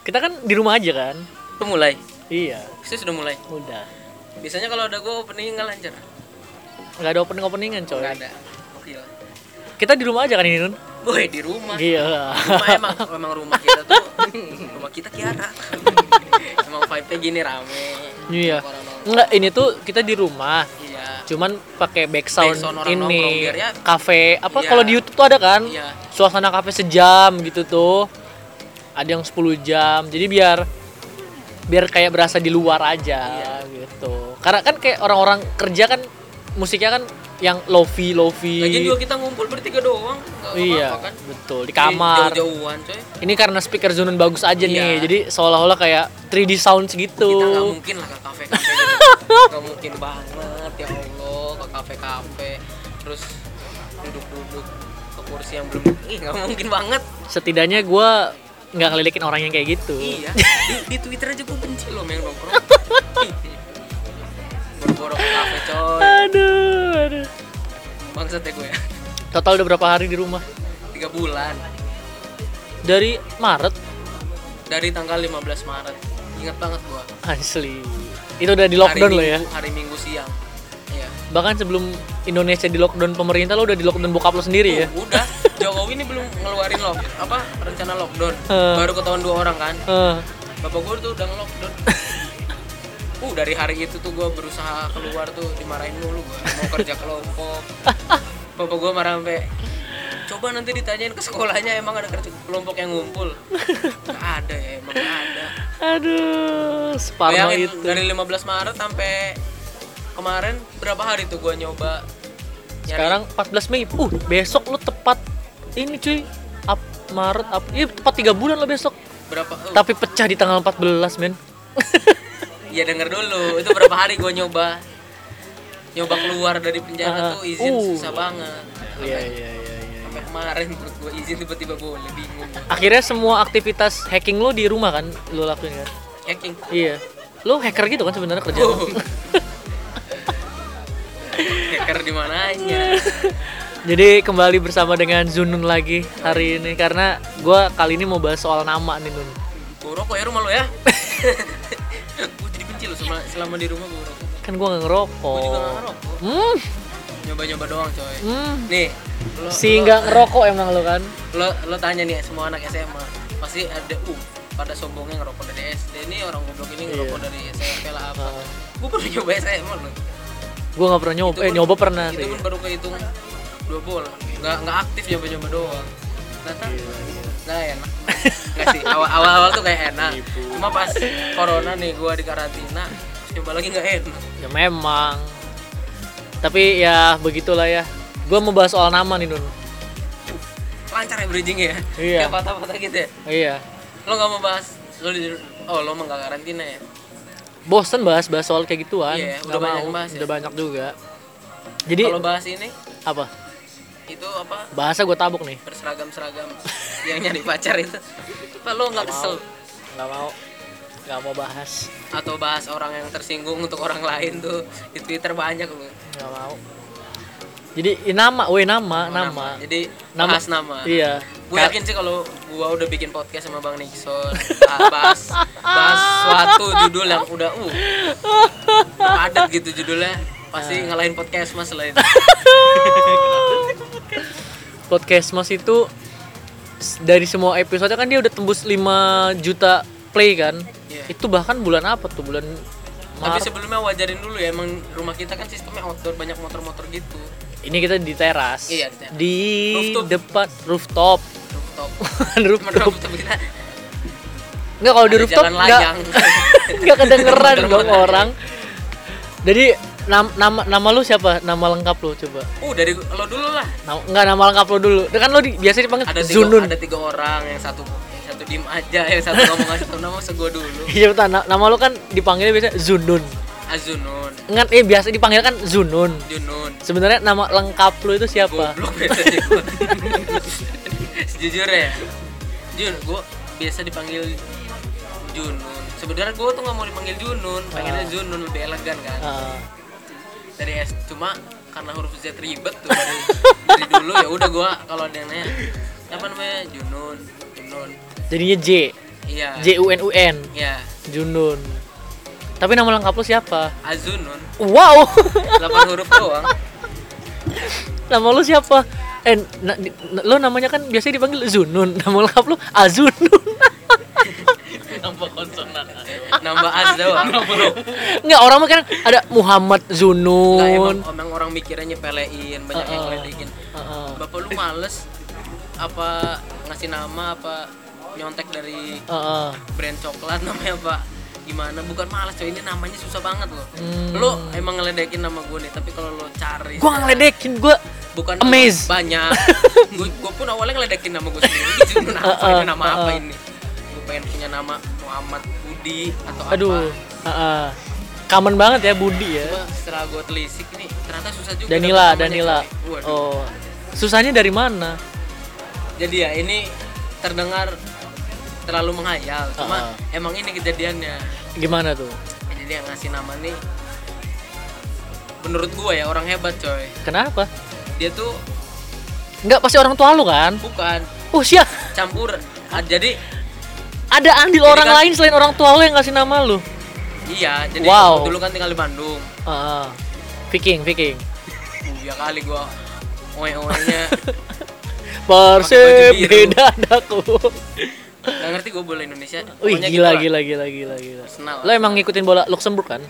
Kita kan di rumah aja kan. Lu mulai? Iya. Saya sudah mulai. Udah. Biasanya kalau ada gue opening nggak lancar. Nggak ada openingan coy. Nggak ada. Oke lah. Kita di rumah aja kan ini Nun. Boy di rumah. Gila. Emang rumah kita tuh rumah kita Kiara. Emang vibe-nya gini rame. Iya. Orang nongkrong. Enggak, ini tuh kita di rumah. Iya. Cuman pakai background Background orang nongkrong, ini biarnya kafe apa iya. kalau di YouTube tuh ada kan? Iya. Suasana kafe sejam gitu tuh. Ada yang 10 jam. Jadi biar kayak berasa di luar aja gitu. Karena kan kayak orang-orang kerja kan musiknya kan yang lofi. Lagi juga kita ngumpul bertiga doang. Nggak Iya, apa-apa kan. betul. Di kamar. Jauh-jauhan coy. Ini karena speaker Zunun bagus aja nih. Iya. Jadi seolah-olah kayak 3D sound segitu. Kita nggak mungkin lah ke kafe-kafe gitu. Nggak mungkin banget ya Allah ke kafe-kafe. Terus duduk-duduk ke kursi yang belum. Nggak mungkin banget. Setidaknya gue nggak ngelilekin orang yang kayak gitu. Iya. Di Twitter aja gue benci loh yang nongkrong. Boro-boro ke kafe coy. Aduh. Bangsat ya gue ya. Total udah berapa hari di rumah? 3 bulan. Dari Maret, Dari tanggal 15 Maret. Ingat banget gue. asli. Itu udah di lockdown lo ya. Hari Minggu siang. Iya. Bahkan sebelum Indonesia di lockdown pemerintah lo udah di lockdown bokap lo sendiri ya. Udah. Jokowi ini belum ngeluarin rencana lockdown. Baru ketahuan 2 orang kan. Bapak gue tuh udah nge-lockdown. Dari hari itu tuh gue berusaha keluar tuh dimarahin mulu gue. Mau kerja kelompok. Bapak gue marah sampai coba nanti ditanyain ke sekolahnya emang ada kerja kelompok yang ngumpul. Gak ada ya, emang gak ada. Aduh, separno Bayangin itu. dari 15 Maret sampai kemarin berapa hari tuh gue nyoba nyari. Sekarang 14 Mei. Besok lo tepat ini cuy. Maret, iya tepat 3 bulan lo besok. Berapa? Tapi pecah di tanggal 14, men. Ya denger dulu, itu berapa hari gue nyoba keluar dari penjara tuh izin susah banget. Iya. Sampai kemarin menurut gue izin tiba-tiba boleh, bingung. Akhirnya semua aktivitas hacking lo di rumah kan lo lakuin kan? Hacking. Iya. Lo hacker gitu kan sebenarnya kerjaan. Hacker di mananya. Jadi kembali bersama dengan Zunun lagi hari ini karena gue kali ini mau bahas soal nama nih Nun. Gue rokok ya rumah lo ya. Gue jadi benci lo selama di rumah gue rokok. Kan gue nggak ngerokok. Gue juga nggak ngerokok. Nyoba-nyoba doang coy. Nih, Nggak ngerokok emang lo kan? Lo tanya nih semua anak SMA pasti ada pada sombongnya ngerokok dari SD. Ini orang goblok ini ngerokok dari SMP lah apa. Gue pernah nyoba SMA lo. Gue nggak pernah nyoba. Nyoba pernah itu sih. pun baru kehitung 2 bola. Nggak aktif nyoba-nyoba doang. Nggak enak. Nggak sih, awal-awal tuh kayak enak. Cuma pas corona nih gue di karantina, coba lagi nggak enak. Ya memang. Tapi ya begitulah ya. Gue mau bahas soal nama nih Nun. Lancar ya bridging ya? Iya. Kayak patah-patah gitu ya? Iya. Lo nggak mau bahas? Lo mah nggak karantina ya? Bosen bahas soal kayak gituan. Iya, Nggak udah banyak mau. yang bahas ya? Udah banyak juga. Jadi Kalau bahas ini, apa? itu apa? Bahasa gue tabuk nih. Berseragam-seragam yang nyari pacar itu. Apa lo nggak kesel? Nggak mau bahas. Atau bahas orang yang tersinggung untuk orang lain tuh di Twitter banyak lo. Nggak mau. Jadi nama. Jadi bahas nama. Iya. Gue yakin sih kalau gue udah bikin podcast sama Bang Nixon, bahas suatu judul yang udah padat gitu judulnya, pasti ngalahin podcast mas lain. Podcast Mas itu dari semua episode kan dia udah tembus 5 juta play kan. Yeah. Itu bahkan bulan apa tuh? Bulan Tapi Maret. sebelumnya wajarin dulu ya, emang rumah kita kan sistemnya outdoor, banyak motor-motor gitu. Ini kita di teras. Iya, di teras. Di Rooftop. depan rooftop. Cuma rooftop kita Enggak, kalau di ada rooftop jalan layang. enggak kedengeran dong Motor-motor. orang. Jadi nama lu siapa? Nama lengkap lu coba. Dari lo dulu lah. Enggak, nama lengkap lu dulu. Kan lu biasa dipanggil Zunun. Ada 3 orang, yang satu diem aja, yang satu ngomong aja, nama sego dulu. Iya betul. Nama lu kan dipanggilnya biasa Zunun. Azunun, Enggak, biasa dipanggil kan Zunun. Junun. Sebenarnya nama lengkap lu itu siapa? Goblok biasanya gue. Sejujurnya ya, Jun, gue biasa dipanggil Junun. Sebenarnya gue tuh nggak mau dipanggil Junun, pengennya Zunun, lebih elegan kan. Dari cuma karena huruf Z ribet tuh dari dulu ya udah gue kalau ada yang nanya apa namanya Junun. Jadinya J. Iya. Junun. Iya. Junun. Tapi nama lengkap lu siapa? Azunun. Wow. 8 huruf doang. Nama lu siapa? Lo namanya kan biasanya dipanggil Zunun. Nama lengkap lu Azunun. Nambah konsonan. Nambah Az doang. Enggak, orang mah kan ada Muhammad Zunun. Enggak, emang orang mikirnya nyepelein, banyak yang ngeledekin. Bapak lu males apa ngasih nama apa nyontek dari brand coklat namanya apa? Gimana? Bukan malas coy, ini namanya susah banget loh. Lo emang ngeledekin nama gue nih, tapi kalau lo cari Gua ngeledekin, gua bukan amazed. Banyak. gue pun awalnya ngeledekin nama gue sendiri. Jujur ini nama apa ini? Gue pengen punya nama Muhammad Budi atau aduh, apa. Common banget ya Budi ya. Cuma setelah gue telisik nih, ternyata susah juga. Danila. Oh. Susahnya dari mana? Jadi ya ini terdengar terlalu menghayal. Cuma emang ini kejadiannya. Gimana tuh? Jadi yang ngasih nama nih menurut gue ya orang hebat coy. Kenapa? Dia tuh Enggak, pasti orang tua lu kan? bukan Oh siap. campur. Jadi Ada andil Jadi orang kan- lain selain orang tua lu yang ngasih nama lu. iya, jadi Wow. dulu kan tinggal di Bandung. Viking. Ya kali gue oe-oenya Persib baju biru. dadaku. nggak ngerti gue bola Indonesia. Wih, Pokoknya gila. gitu lah. Arsenal. Lo emang ngikutin bola Luxembourg kan?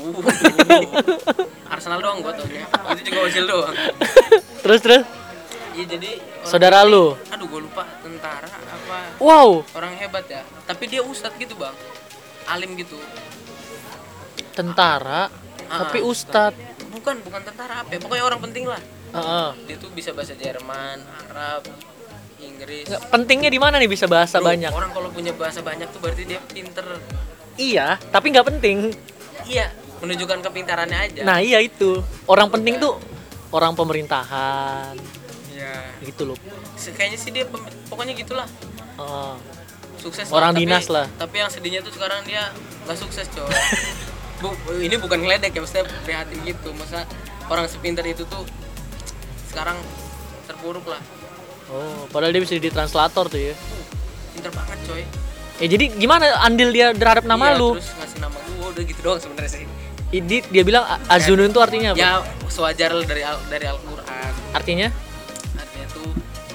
Arsenal doang gue taunya. Itu juga Ozil doang. Terus Iya jadi saudara lu. aduh gue lupa tentara apa Wow, orang hebat ya. Tapi dia ustadz gitu bang, alim gitu. tentara tapi ustad. Bukan tentara apa ya? Pokoknya orang penting lah. Heeh. Dia tuh bisa bahasa Jerman, Arab, Inggris. Pentingnya di mana nih bisa bahasa Bro, banyak? Orang kalau punya bahasa banyak tuh berarti dia pinter. Iya, tapi nggak penting. Iya, menunjukkan kepintarannya aja. Nah iya itu. Orang penting tuh orang pemerintahan Iya. gitu loh. Kayaknya sih dia pokoknya gitulah. Heeh. Sukses Orang lah, dinas lah. Tapi yang sedihnya tuh sekarang dia nggak sukses coy. Ini bukan ngeledek ya, maksudnya prihatin gitu. Masa orang sepintar itu tuh sekarang terpuruk lah. Oh, padahal dia bisa jadi translator tuh ya. Pinter banget coy. Jadi gimana andil dia terhadap nama Iya, lu? Terus ngasih nama gue udah gitu doang sebenarnya sih. Dia bilang Azunun tuh artinya apa? Ya sewajar dari Al-Qur'an. Artinya? Artinya tuh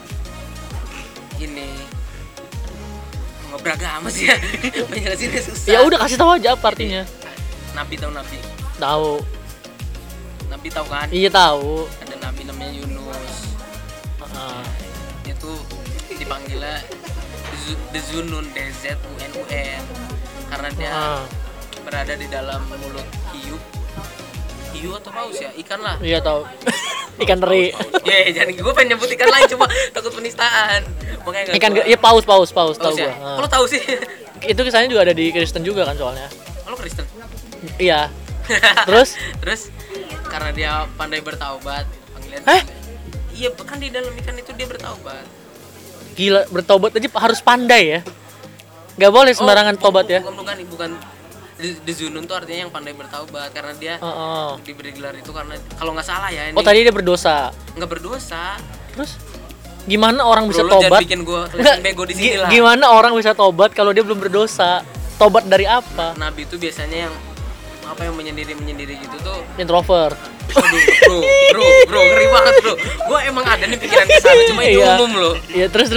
ini nggak beragama sih ya. Penjelasinnya susah. Ya udah kasih tahu aja apa artinya. Nabi tahu Nabi. Tahu. Nabi tahu kan? Iya tahu. Ada Nabi namanya Yunus. Heeh. Dia tuh dipanggilnya Dzunun, DZUNUN karena dia berada di dalam mulut hiu atau paus ya, ikan lah. Iya tahu. Ikan teri. Ya jangan, gue pengen nyebut ikan lain cuma takut penistaan. Makanya Ikan ya paus tahu tahu gua. ya. Kalau tahu sih. Itu kisahnya juga ada di Kristen juga kan soalnya. Kalau Kristen. Iya. Terus Terus karena dia pandai bertaubat, panggilan. Iya, kan di dalam ikan itu dia bertaubat. gila, bertobat aja harus pandai ya. Gak boleh sembarangan tobat ya. Bukan. Dzunun tuh artinya yang pandai bertaubat karena dia diberi gelar itu karena kalau nggak salah ya ini. Oh tadi dia berdosa. Nggak berdosa. Terus gimana orang bisa Bro, tobat? Jangan bikin gue kelihatan bego di sini lah. Gimana orang bisa tobat kalau dia belum berdosa? Tobat dari apa? Nabi itu biasanya yang apa yang menyendiri gitu tuh. Introvert. Aduh, bro, ngeri banget bro. Gue emang ada nih pikiran kesana cuma itu umum loh. Iya terus.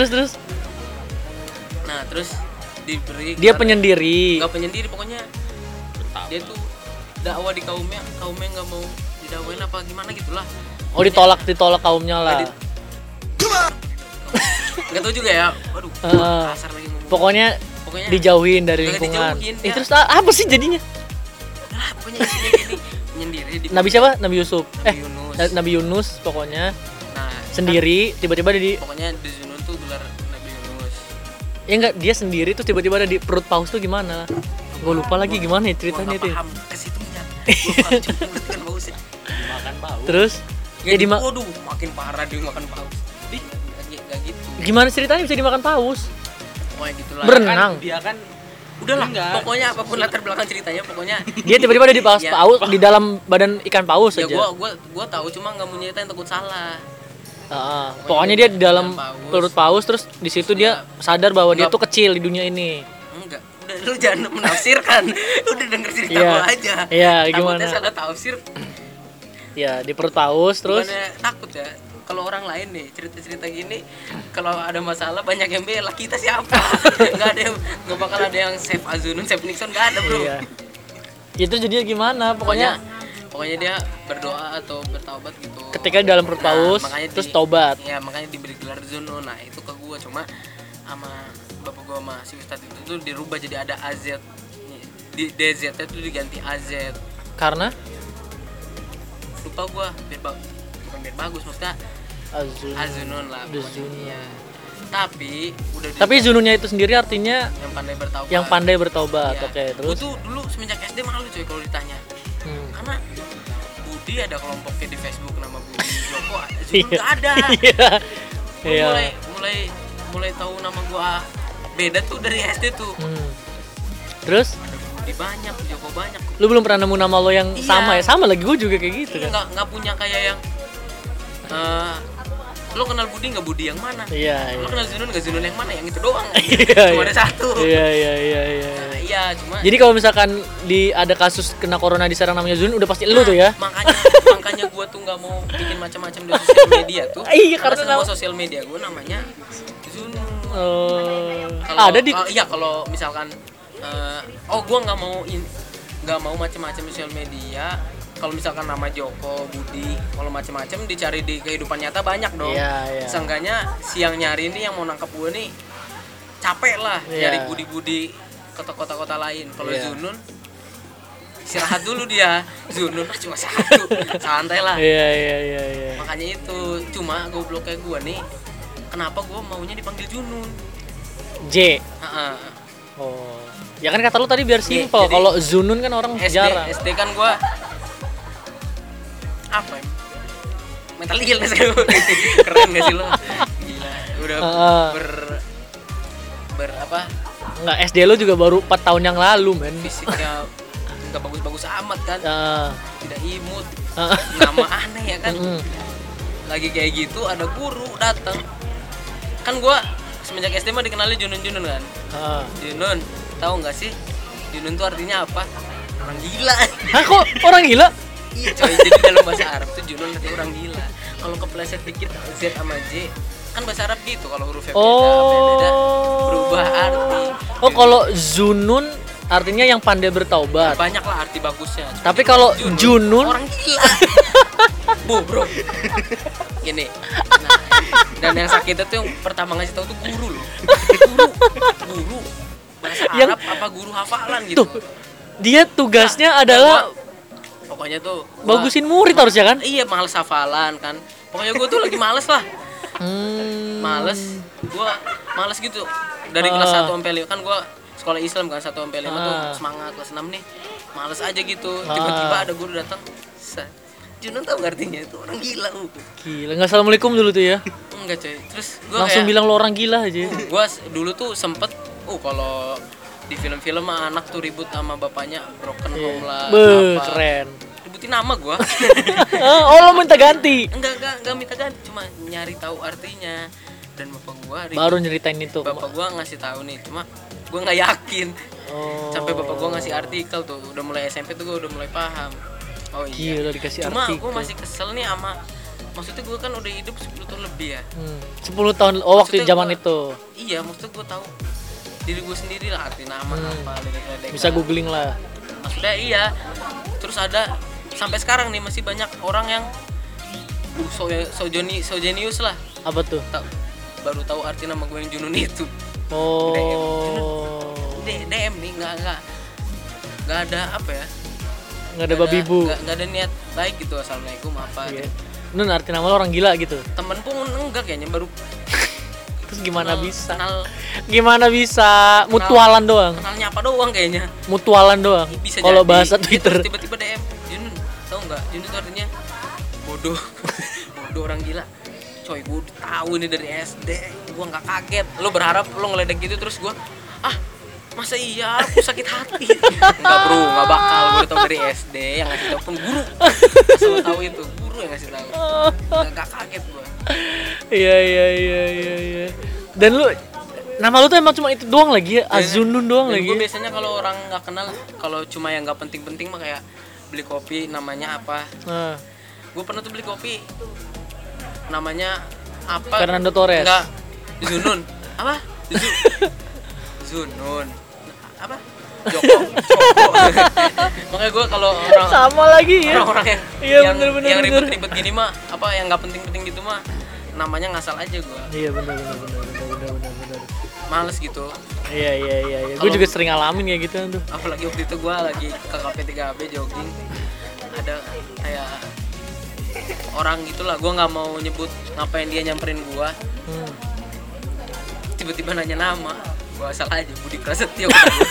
Nah terus diberi. Dia penyendiri. Nggak penyendiri pokoknya. Dia tuh dakwah di kaumnya nggak mau didakwain apa gimana gitulah. Oh ditolak kaumnya lah. Nggak tahu juga ya. Waduh, kasar lagi ngomong. Pokoknya dijauhin dari lingkungan. Terus apa sih jadinya? Lah, pokoknya ini menyendiri di Nabi siapa? Nabi Yusuf. Yunus. Nabi Yunus pokoknya. Nah, sendiri tiba-tiba ada di pokoknya di Dzunun tuh gelar Nabi Yunus. Ya enggak, dia sendiri tuh tiba-tiba ada di perut paus tuh gimana? Gue lupa lagi gimana ya ceritanya itu. Gua paham ke situnya. Gua paham cuma paus. Makan paus. Terus ya waduh, makin parah dia makan paus. Enggak gitu. Gimana ceritanya bisa dimakan paus? Pokoknya gitulah. Berenang. Dia kan Udahlah, pokoknya apapun latar belakang ceritanya pokoknya dia tiba-tiba ada di paus di dalam badan ikan paus ya aja. gua tahu cuma nggak mau nyeritain takut salah. Pokoknya dia di dalam perut paus terus di situ dia sadar bahwa dia tuh kecil di dunia ini. Enggak, udah lu jangan menafsirkan. Udah denger cerita Iya. gua aja. Iya, Takutnya gimana? salah tafsir. Ya, diperpaus terus. Bukannya takut ya. Kalau orang lain nih cerita-cerita gini, kalau ada masalah banyak yang bela, kita siapa? Enggak ada yang, enggak bakal ada yang save Azunun, save Nixon, enggak ada, Bro. Iya. Itu jadinya gimana? Pokoknya Pokoknya dia berdoa atau bertaubat gitu. ketika di dalam perut paus makanya terus tobat. Ya, makanya diberi gelar Zunun. Nah, itu ke gua cuma sama bapak gua sama si Ustadz itu tuh dirubah jadi ada AZ. Di DZ itu diganti AZ. Karena Lupa gua bukan biar bagus maksudnya Azunun lah The pokoknya. Zunun. Iya. Tapi udah Tapi Zununnya itu sendiri artinya yang pandai bertaubat. yang pandai bertobat. Iya. Oke, Gua terus tuh dulu semenjak SD malu coy kalau ditanya. Karena Budi ada kelompoknya di Facebook nama Budi Joko, Zunun nggak ada. Iya. Gua Iya. mulai tahu nama gua beda tuh dari SD tuh. Terus Ada Budi banyak, Joko banyak. lu belum pernah nemu nama lo yang Iya. sama ya? Sama lagi gue juga kayak gitu kan. Nggak punya kayak yang lo kenal Budi nggak Budi yang mana? Iya, Lo iya. kenal Zunun nggak Zunun yang mana? Yang itu doang. Iya, Cuma iya. ada satu. Iya, iya, iya, iya. Nah, iya, cuma Jadi kalau misalkan ada kasus kena corona di Serang namanya Zunun udah pasti lu tuh ya. makanya gua tuh nggak mau bikin macam-macam di sosial media tuh. Iya, karena semua nama- sosial media gua namanya Zunun. Ada di Kalau misalkan gua nggak mau macam-macam sosial media. Kalau misalkan nama Joko, Budi, kalau macam-macam dicari di kehidupan nyata banyak dong. Iya, iya. Seenggaknya siang nyari nih yang mau nangkep gue nih capek lah Iya. nyari Budi-Budi ke kota-kota lain. Kalau Iya. Zunun istirahat dulu dia. Zunun cuma satu, santai lah. Iya, iya, iya, iya. Makanya itu cuma goblok kayak gue nih. Kenapa gue maunya dipanggil Junun? J. Heeh. Oh. Ya kan kata lu tadi biar Iya, simpel. jadi Kalau Zunun kan orang jarang. SD kan gue apa ya? Mental illness kan. Keren gak sih lo? Gila, udah apa Enggak, SD lu juga baru 4 tahun yang lalu, men. fisiknya nggak bagus-bagus amat kan, tidak imut, Heeh. nama aneh ya kan. Lagi kayak gitu ada guru datang kan, gue semenjak SD mah dikenalnya Junun kan. Junun, tahu nggak sih Junun tuh artinya apa? Orang gila. Hah, kok orang gila? Iya coy, jadi dalam bahasa Arab tuh Junun artinya orang gila. Kalau kepleset dikit Z sama J kan bahasa Arab gitu, kalau hurufnya beda berubah arti. Oh, kalau Zunun artinya yang pandai bertaubat. Banyak lah arti bagusnya. Tapi kalau Junun orang gila. Bro. Gini. Nah, dan yang sakitnya tuh yang pertama ngasih tahu tuh guru loh. Guru. Bahasa Yang- Arab apa guru hafalan gitu. tuh dia tugasnya Nah, adalah pokoknya tuh bagusin murid harusnya kan? Iya, males hafalan kan. Pokoknya gue tuh lagi males lah. Males. Gua males gitu. Dari kelas 1 sampai 5 kan gua sekolah Islam kan, 1 sampai 5 tuh semangat. Kelas 6 nih males aja gitu. Tiba-tiba ada guru datang. Junun tahu nggak artinya itu orang gila. Gila, nggak assalamualaikum dulu tuh ya. Enggak coy. Terus gua Langsung kayak bilang lo orang gila aja. gua dulu tuh sempet kalau di film-film mah anak tuh ribut sama bapaknya, broken home lah. Beuh, apa. keren. Ributin nama gua. Oh, lo minta ganti. enggak minta ganti, cuma nyari tahu artinya. Dan bapak gua Baru nyeritain itu. bapak gua ngasih tahu nih, cuma gua nggak yakin. Oh. Sampai bapak gua ngasih artikel tuh, udah mulai SMP tuh gua udah mulai paham. Oh iya. Gila, dikasih Cuma artikel. gua masih kesel nih sama, maksudnya gua kan udah hidup 10 tahun lebih ya. 10 tahun waktu Maksudnya zaman gua- itu. Iya, maksudnya gua tahu diri gua sendiri lah arti nama apa, ledek-ledek. Bisa googling lah. Maksudnya iya. Terus ada sampai sekarang nih masih banyak orang yang so jenius lah. Apa tuh? Baru tahu arti nama gue yang Junun itu. Oh. DM nih nggak ada apa ya? Nggak ada babi bu. Nggak ada niat baik gitu. Assalamualaikum apa? Iya. Nun, arti nama lo orang gila gitu. Temen pun enggak kayaknya, baru Terus gimana kenal- bisa? kenal Gimana bisa? Mutualan doang. kenalnya apa doang kayaknya. Mutualan doang. Bisa Kalau jadi. bahasa Terus Twitter. tiba-tiba DM Junun, tahu nggak? Junun itu artinya bodoh. Bodoh, orang gila. Coy, gue udah tahu ini dari SD, gue nggak kaget. Lo berharap lo ngeledek gitu, terus gue masa iya, aku sakit hati. Enggak bro, nggak bakal. Gue udah tahu dari SD, yang ngasih tahu pun guru. Asal lo tahu itu guru yang ngasih tahu. Nggak kaget gue. Iya. Dan lu Nama lu tuh emang cuma itu doang lagi ya? Azunun doang Dan lagi. gue biasanya kalau orang nggak kenal, kalau cuma yang nggak penting-penting mah kayak beli kopi namanya apa. Nah, Gue pernah tuh beli kopi namanya apa? Fernando Torres. Enggak. Zunun. Apa? Zunun. Apa? Joko. Makanya gue kalau orang sama lagi ya. orang-orang yang Iya, yang, bener. yang ribet-ribet gini mah apa yang nggak penting-penting gitu mah namanya ngasal aja gue. Iya benar. Males gitu. Iya. Gue juga sering ngalamin kayak gitu tuh. Apalagi waktu itu gue lagi ke kafe 3B jogging, ada kayak orang gitulah, gue nggak mau nyebut ngapain dia nyamperin gue, tiba-tiba nanya nama, gue asal aja Budi Prasetyo.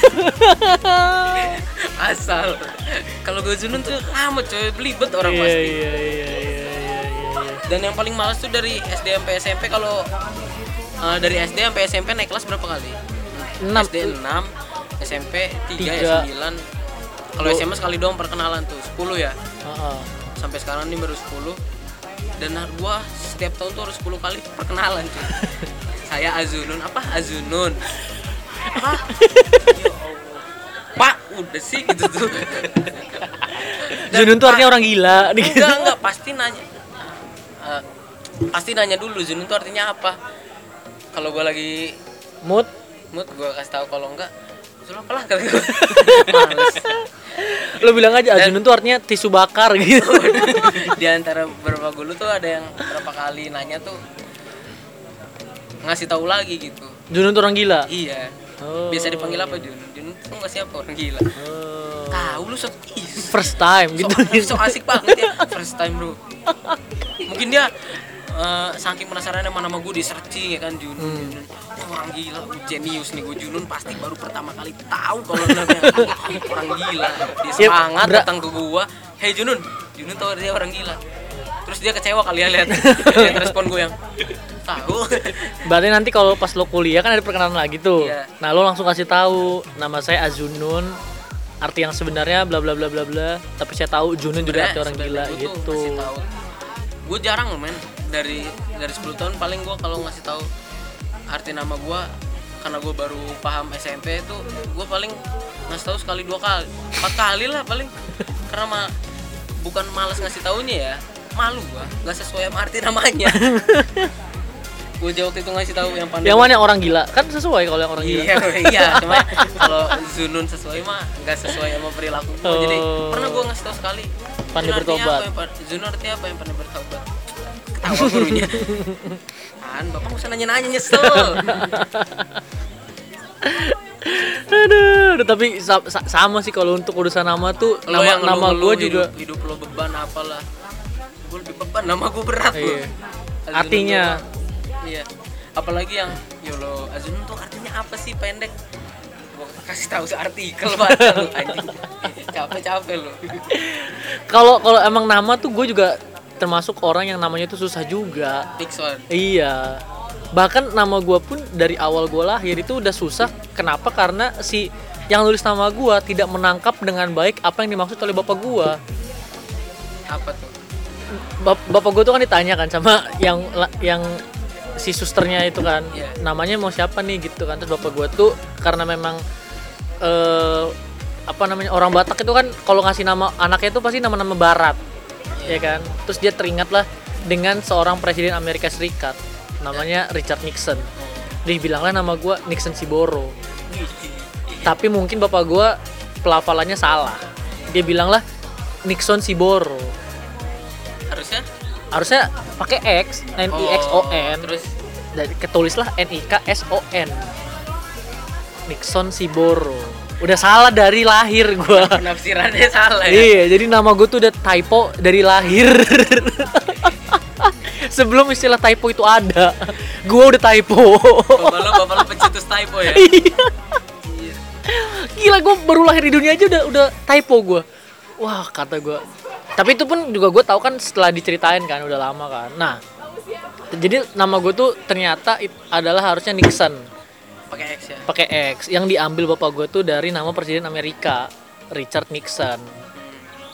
Asal. Kalau gue Zunun tuh lama coy, belibet orang pasti. Iya. Dan yang paling males tuh dari SD sampai SMP. Kalau dari SD sampai SMP naik kelas berapa kali? 6. SD 6, SMP 3 ya 9. Kalau SMA sekali doang perkenalan tuh 10 ya. Heeh. Sampai sekarang ini baru 10. Dan gua setiap tahun tuh harus 10 kali perkenalan cuy. Saya Azunun, apa? Azunun. Apa? Ya Allah. Pak, udah sih gitu tuh. Zunun tuh artinya orang gila. Enggak, pasti nanya. Pasti nanya dulu Zunun tuh artinya apa. Kalau gua lagi Mood. gua kasih tahu, kalau enggak Zunun apalah kata gua. Males. Lo bilang aja Azunun tuh artinya tisu bakar gitu. Di antara beberapa guru tuh ada yang berapa kali nanya tuh ngasih tahu lagi gitu. Zunun tuh orang gila. Iya. Oh. Biasa dipanggil apa Jun? Jun tuh nggak siapa orang gila. Oh. Tahu lu First time gitu. so asik banget ya. First time bro. Mungkin dia saking penasaran sama nama gue di searching ya kan Junun. Wah, orang gila, jenius nih gue Junun, pasti baru pertama kali tahu kalau namanya orang gila. Dia semangat datang ke gua, "Hey Junun tahu dia orang gila." Terus dia kecewa kali ya lihat respon gue yang tahu. Berarti nanti kalau pas lo kuliah kan ada perkenalan lagi tuh. Iya. Nah, lo langsung kasih tahu nama saya Azunun, arti yang sebenarnya bla bla bla bla bla, tapi saya tahu Junun juga arti orang gila gitu. Gue jarang loh men, dari 10 tahun paling gue kalau ngasih tahu arti nama gue, karena gue baru paham SMP itu, gue paling ngasih tahu sekali 2 kali 4 kali lah paling, karena bukan malas ngasih taunya ya, malu gue nggak sesuai sama arti namanya. Gue jauh itu ngasih tahu yang pandai. Yang mana yang orang gila? Kan sesuai kalau yang orang gila. Iya, cuma kalau Zunun sesuai mah nggak sesuai sama perilaku gue. Jadi pernah gue ngasih tahu sekali. Pandai bertobat. Zunun artinya apa yang pandai bertobat? Ketawa gurunya. Kan, bapak nggak usah nanya-nanya, nyesel. Aduh, tapi sama sih kalau untuk urusan nama tuh. Nama gue juga. Hidup lo beban apalah. Gue lebih beban, nama gue berat loh. Iya. Artinya. Iya. Apalagi yang Yolo Azunun tuh artinya apa sih, pendek. Gua kasih tahu seartikel baca lu anjing. Capek lu. Kalau emang nama tuh gue juga termasuk orang yang namanya tuh susah juga. Pixon. Iya. Bahkan nama gue pun dari awal gue lahir itu udah susah. Kenapa? Karena si yang nulis nama gue tidak menangkap dengan baik apa yang dimaksud oleh bapak gue. Apa tuh? Bapak gue tuh kan ditanya kan sama yang si susternya itu kan, namanya mau siapa nih gitu kan. Terus bapak gue tuh karena memang orang Batak itu kan kalau ngasih nama anaknya itu pasti nama-nama barat, ya kan. Terus dia teringat lah dengan seorang presiden Amerika Serikat namanya Richard Nixon. Dia bilanglah nama gue Nixon Siboro. Tapi mungkin bapak gue pelafalannya salah. Dia bilanglah Nixon Siboro. Harusnya pakai X, Nixon. Terus dari ketulislah Nikson. Nixon Siboro. Udah salah dari lahir gua. Penafsirannya salah ya. Iya, jadi nama gua tuh udah typo dari lahir. Sebelum istilah typo itu ada, gua udah typo. Bapak lo pencetus typo ya. Iya. Gila, gua baru lahir di dunia aja udah typo gua. Wah, kata gua. Tapi itu pun juga gue tahu kan setelah diceritain kan, udah lama kan. Nah, jadi nama gue tuh ternyata adalah harusnya Nixon. Pakai X ya. Pakai X. Yang diambil bapak gue tuh dari nama presiden Amerika, Richard Nixon.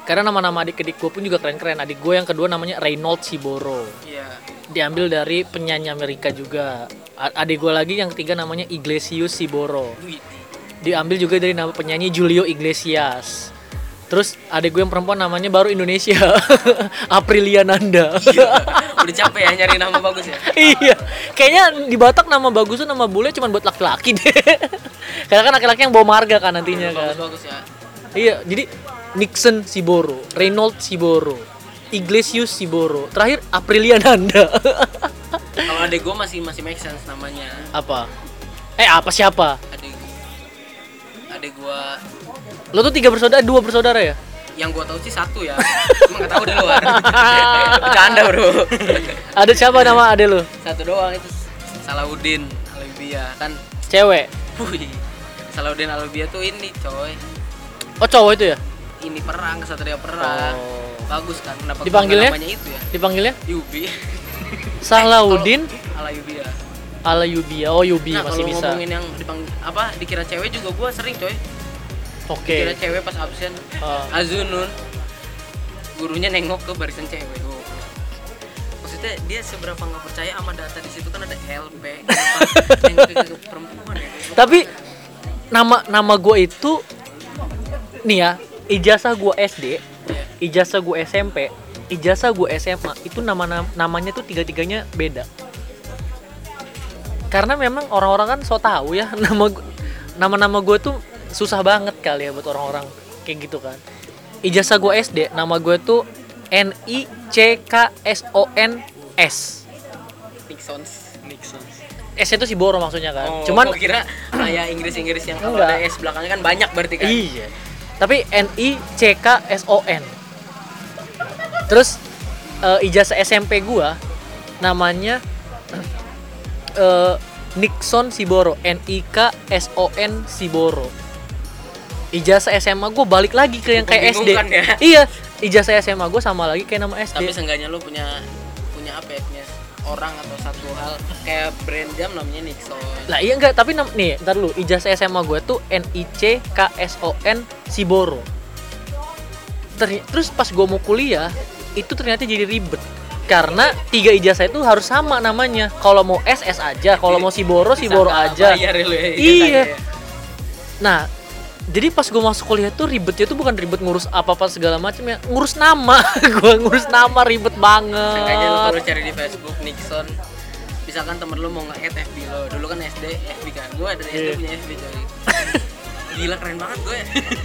Karena nama-nama adik-adik gue pun juga keren-keren. Adik gue yang kedua namanya Reynold Siboro. Iya. Diambil dari penyanyi Amerika juga. Adik gue lagi yang ketiga namanya Iglesias Siboro. Diambil juga dari nama penyanyi Julio Iglesias. Terus adik gue yang perempuan namanya baru Indonesia. Aprilia Nanda. Udah capek ya nyari nama bagus ya. Iya. Kayaknya di Batak nama bagus tuh nama bule cuma buat laki-laki deh. Karena kan laki-laki yang bawa marga kan nantinya kan. Bagus ya. Iya, jadi Nixon Siboro, Reynold Siboro, Iglesias Siboro, terakhir Aprilia Nanda. Kalau adek gue masih make sense namanya. Apa? Apa siapa? Adek gue Lo tuh 2 bersaudara ya? yang gue tahu sih 1 ya. Cuma nggak tahu di luar. Bercanda bro. Ada siapa nama ade lo? 1 doang itu Salahuddin Alubia kan. Cewek. Wih. Salahuddin Alubia tuh ini coy. Oh cowok itu ya? Ini perang, kesatria perang. Oh. Bagus kan? Kenapa Dipanggilnya? namanya itu ya? Dipanggilnya? Yubi. Salahuddin Alayubia. Alayubia. Oh Yubi Nah, masih kalau bisa. ngomongin yang dikira cewek juga gue sering coy. Oke. Dikira cewek pas absen. Azunun. Gurunya nengok ke barisan cewek. Oh. Maksudnya dia seberapa nggak percaya sama data di situ kan ada LP. Nengok ke perempuan ya. Tapi nama gue itu nih ya, ijazah gue SD, ijazah gue SMP, ijazah gue SMA itu namanya tuh 3-3-nya beda. Karena memang orang-orang kan so tahu ya nama gue tuh susah banget kali ya buat orang-orang kayak gitu kan. Ijazah gue SD nama gue tuh Nicksons. S itu Siboro maksudnya kan. Oh, Cuman gua kira kayak Inggris yang kalau ada S belakangnya kan banyak berarti kan. Iya. Tapi Nickson. Terus ijazah SMP gua namanya Nixon Siboro, Nikson Siboro. Ijazah SMA gua balik lagi ke yang kayak SD. Ya? Iya, ijazah SMA gua sama lagi kayak nama SD. Tapi seenggaknya lu punya apa ya? Punya orang atau satu hal kayak brand jam namanya Nixon. Lah iya enggak, tapi nih, ntar dulu, ijazah SMA gue tuh Nickson Siboro. Terus pas gue mau kuliah, itu ternyata jadi ribet. Karena 3 ijazah itu harus sama namanya. Kalau mau S aja, kalau mau Siboro aja. Bayar lu ya, iya. Nah, jadi pas gue masuk kuliah tuh ribetnya tuh bukan ribet ngurus apa-apa segala macam ya, ngurus nama. Gue ngurus nama ribet banget. Seenggaknya lu perlu cari di Facebook Nixon. Misalkan temen lu mau nge-add FB lo, dulu kan SD FB kan, gue dari SD punya FB coy. Gila keren banget gue.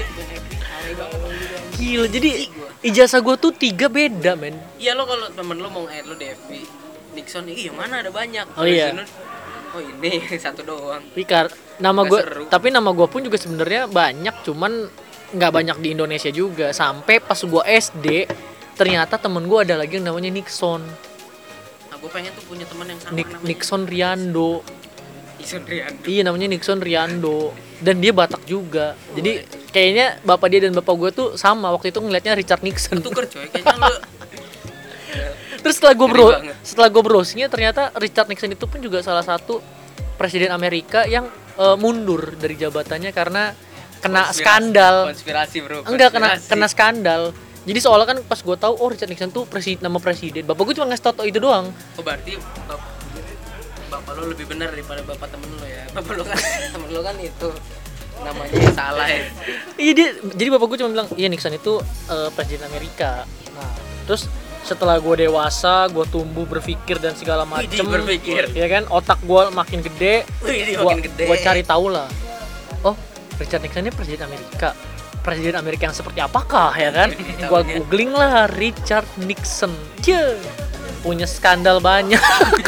Gila, jadi ijazah gue tuh 3 beda men. Iya lo kalau temen lu mau nge-add lo di FB Nixon, yang mana ada banyak. Oh iya. Oh ini 1 doang. Nama gue, seru. tapi nama gue pun juga sebenarnya banyak, cuman nggak banyak di Indonesia juga. Sampai pas gue SD, ternyata temen gue ada lagi yang namanya Nixon. Nah, gue pengen tuh punya teman yang sama namanya Nixon Riando. Nixon Riando. Iya namanya Nixon Riando. Dan dia Batak juga. Jadi kayaknya bapak dia dan bapak gue tuh sama. Waktu itu ngeliatnya Richard Nixon. Tuker coy, kayaknya lu. Terus setelah gue browsingnya ternyata Richard Nixon itu pun juga salah satu presiden Amerika yang mundur dari jabatannya karena kena skandal. Konspirasi bro. Enggak, kena skandal. Jadi soalnya kan pas gue tahu Richard Nixon tuh nama presiden. Bapak gue cuma ngasih tau itu doang. Oh berarti bapak lo lebih benar daripada bapak temen lo ya. Bapak lo kan temen lo kan itu namanya yang salah ya. Iya jadi bapak gue cuma bilang iya Nixon itu presiden Amerika. Nah terus setelah gue dewasa, gue tumbuh berpikir dan segala macem, ya kan, otak gue makin gede, gue cari tahu lah, oh Richard Nixon ini presiden Amerika yang seperti apakah ya kan, gue googling lah Richard Nixon, punya skandal banyak,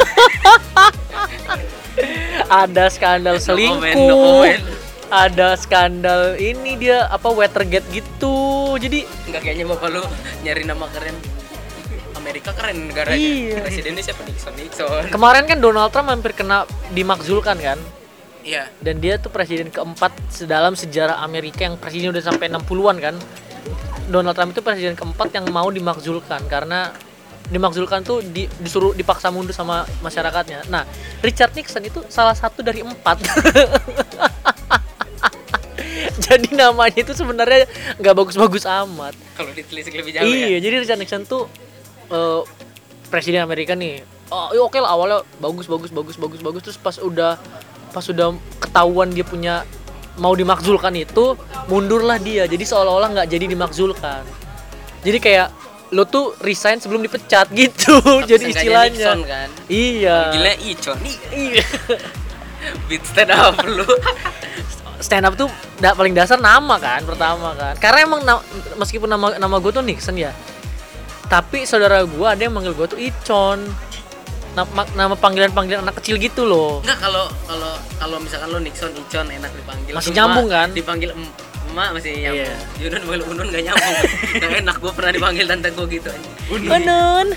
ada skandal selingkuh, ada skandal ini dia Watergate gitu, jadi nggak kayaknya bapak lu nyari nama keren. Amerika keren negaranya. Iya. Presidennya siapa? Nixon. Kemarin kan Donald Trump hampir kena dimakzulkan kan? Iya. Dan dia tuh presiden keempat dalam sejarah Amerika yang presiden udah sampai 60-an kan. Donald Trump itu presiden keempat yang mau dimakzulkan karena dimakzulkan tuh disuruh dipaksa mundur sama masyarakatnya. Nah, Richard Nixon itu salah satu dari 4. Jadi namanya itu sebenarnya nggak bagus-bagus amat. Kalau ditelisik lebih jauh Iya, ya. jadi Richard Nixon tuh presiden Amerika nih. Oh, ya oke lah awalnya bagus terus pas udah ketahuan dia punya mau dimakzulkan itu, mundurlah dia. Jadi seolah-olah nggak jadi dimakzulkan. Jadi kayak lo tuh resign sebelum dipecat gitu. Jadi istilahnya. Nixon kan. Iya. Gila Icon. Iya. Beat stand up lu. Stand up tuh paling dasar nama kan pertama kan. Karena emang meskipun nama gue tuh Nixon ya. Tapi saudara gue ada yang manggil gue tuh Icon. Nama panggilan anak kecil gitu loh. Enggak, kalau misalkan lo Nixon, Icon enak dipanggil. Masih nyambung kan? Dipanggil emak masih nyambung. Iya. Yunun panggil Unun enggak nyambung. Nah, enak gue pernah dipanggil tante gue gitu aja. Unun.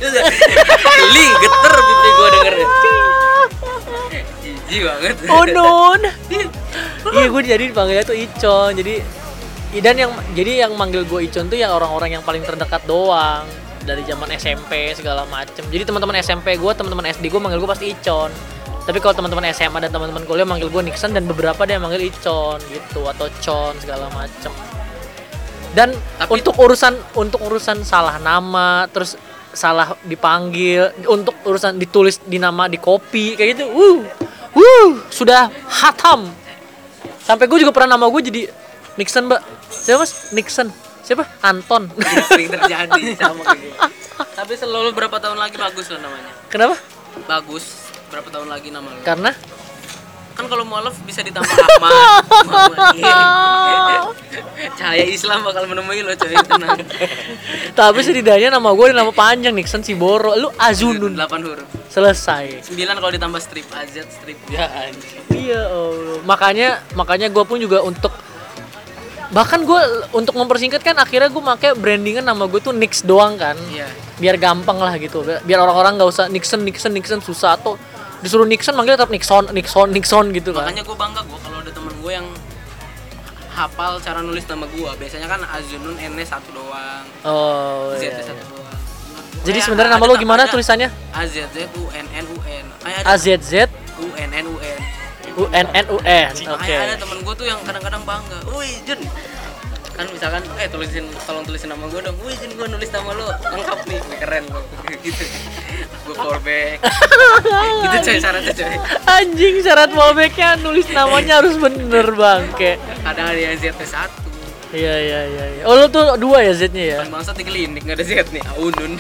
Geli, geter pipi gue dengernya. Jijik banget. Unun. Iya, gue jadi dipanggilnya tuh Icon. Dan yang manggil gue Icon tuh yang orang-orang yang paling terdekat doang. Dari zaman SMP segala macem. Jadi teman-teman SMP gue, teman-teman SD gue manggil gue pasti Icon. Tapi kalau teman-teman SMA dan teman-teman kuliah manggil gue Nixon, dan beberapa dia manggil Icon gitu atau Con segala macem. Dan untuk urusan salah nama, terus salah dipanggil, untuk urusan ditulis di nama di copy kayak gitu, sudah hatam. Sampai gue juga pernah nama gue jadi Nixon, Mbak. Siapa Mas? Nixon. Siapa? Anton. Sering terjadi sama kayak gitu. Tapi selalu berapa tahun lagi bagus lo namanya. Kenapa? Bagus. Berapa tahun lagi nama lo? Karena Kan kalau mualaf bisa ditambah Ahmad. Muhammad. Cahaya Islam bakal menemui lo, coy, tenang. tapi setidaknya nama gue nama panjang Nixon Siboro. Lu Azunun. 8 huruf. Selesai. 9 kalau ditambah strip AZ strip. Ya anjing. Iya, Allah. Makanya gue pun juga bahkan gue untuk mempersingkat kan akhirnya gue pakai brandingan nama gue tuh Nix doang kan. Iya. Biar gampang lah gitu. Biar orang-orang nggak usah Nixon susah, atau disuruh Nixon manggil tetap Nixon gitu kan. Makanya gue bangga gue kalau ada temen gue yang hafal cara nulis nama gue. Biasanya kan Azunun N 1 doang. Oh Z iya. 1 doang. Jadi sebenarnya nama lo gimana tulisannya? AZZ UNNUN. AZZ UNNUN. UNNUN. Oke. Makanya ada temen gue tuh yang kadang-kadang bangga. Woi Jun, kan misalkan tolong tulisin nama gue dong. Woi Jun, gue nulis nama lo lengkap nih, keren lo gitu. Gue fallback. Gitu coy syaratnya coy. Anjing, syarat fallbacknya nulis namanya harus bener bangke. Kadang ada yang ZT1. Iya. Oh lo tuh 2 ya Z-nya ya? Kan bangsa di klinik nggak ada Z nih, Aunun.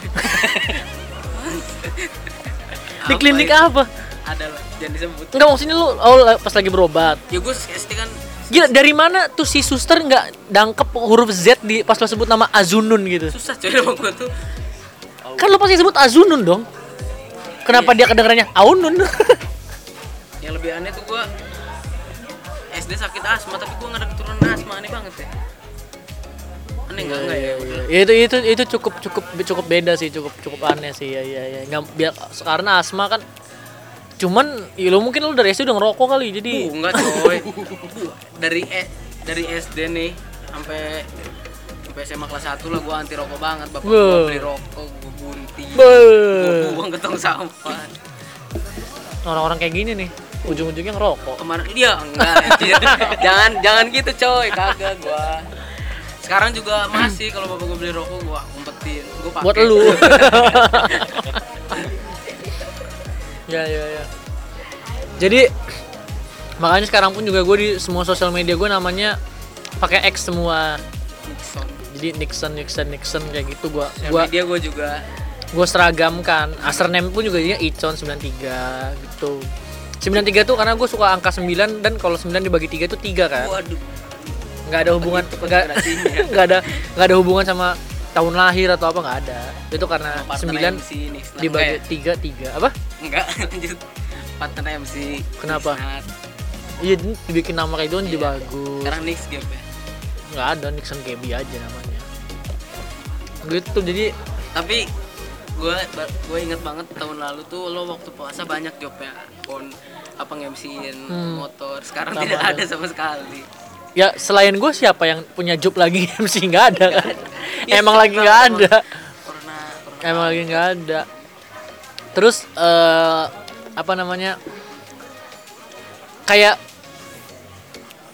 Di klinik apa? Ada lah, jangan disebut. Enggak, maksudnya lu pas lagi berobat. Ya gue SD kan. Gila, dari mana tuh si suster nggak dangkep huruf Z di pas lo sebut nama Azunun gitu? Susah coy nama gue tuh. Kan lo pasti sebut Azunun dong. Kenapa dia kedengarannya Aunun? Yang lebih aneh tuh gue SD sakit asma, tapi gue nggak ada keturunan asma, aneh banget ya. Aneh nggak ya? Ya, itu cukup beda sih, cukup aneh sih ya. Nggak, biar karena asma kan. Cuman ya lo mungkin lo dari SD udah ngerokok kali, jadi Enggak coy. dari SD nih sampai SMA kelas 1 lah gue anti rokok banget. Bapak gue beli rokok, gue bunti, gue buang ke tong sampah. Orang-orang kayak gini nih ujung-ujungnya ngerokok. Kemarin dia enggak anjir. jangan gitu coy, kagak gue. Sekarang juga masih kalau bapak gue beli rokok gue umpetin, gue pakai. Buat lu. Ya. Jadi makanya sekarang pun juga gue di semua sosial media gue namanya pakai X semua. Nixon. Jadi Nixon kayak gitu gue. Media gue juga. Gue seragamkan. Username pun juga jadinya Icon 93 gitu. 93 tuh karena gue suka angka 9, dan kalau 9 dibagi 3 itu 3 kan. Waduh. Nggak ada hubungan, nggak ada hubungan sama tahun lahir atau apa, nggak ada. Itu karena 9 dibagi 3 apa? Enggak, lanjut. Partner MC. Kenapa? Iya, dibikin nama kayak gitu kan jadi bagus. Sekarang Nix game ya. Nggak ada, Nixon KB aja namanya. Gitu, jadi tapi gue inget banget tahun lalu tuh lo waktu puasa banyak job ya, nge-MC-in motor. Sekarang Sama tidak ada. ada sama sekali. ya selain gue siapa yang punya job lagi MC, nggak ada kan? Ya, Emang lagi nggak ada. Corona Emang lagi nggak ada. Terus apa namanya? Kayak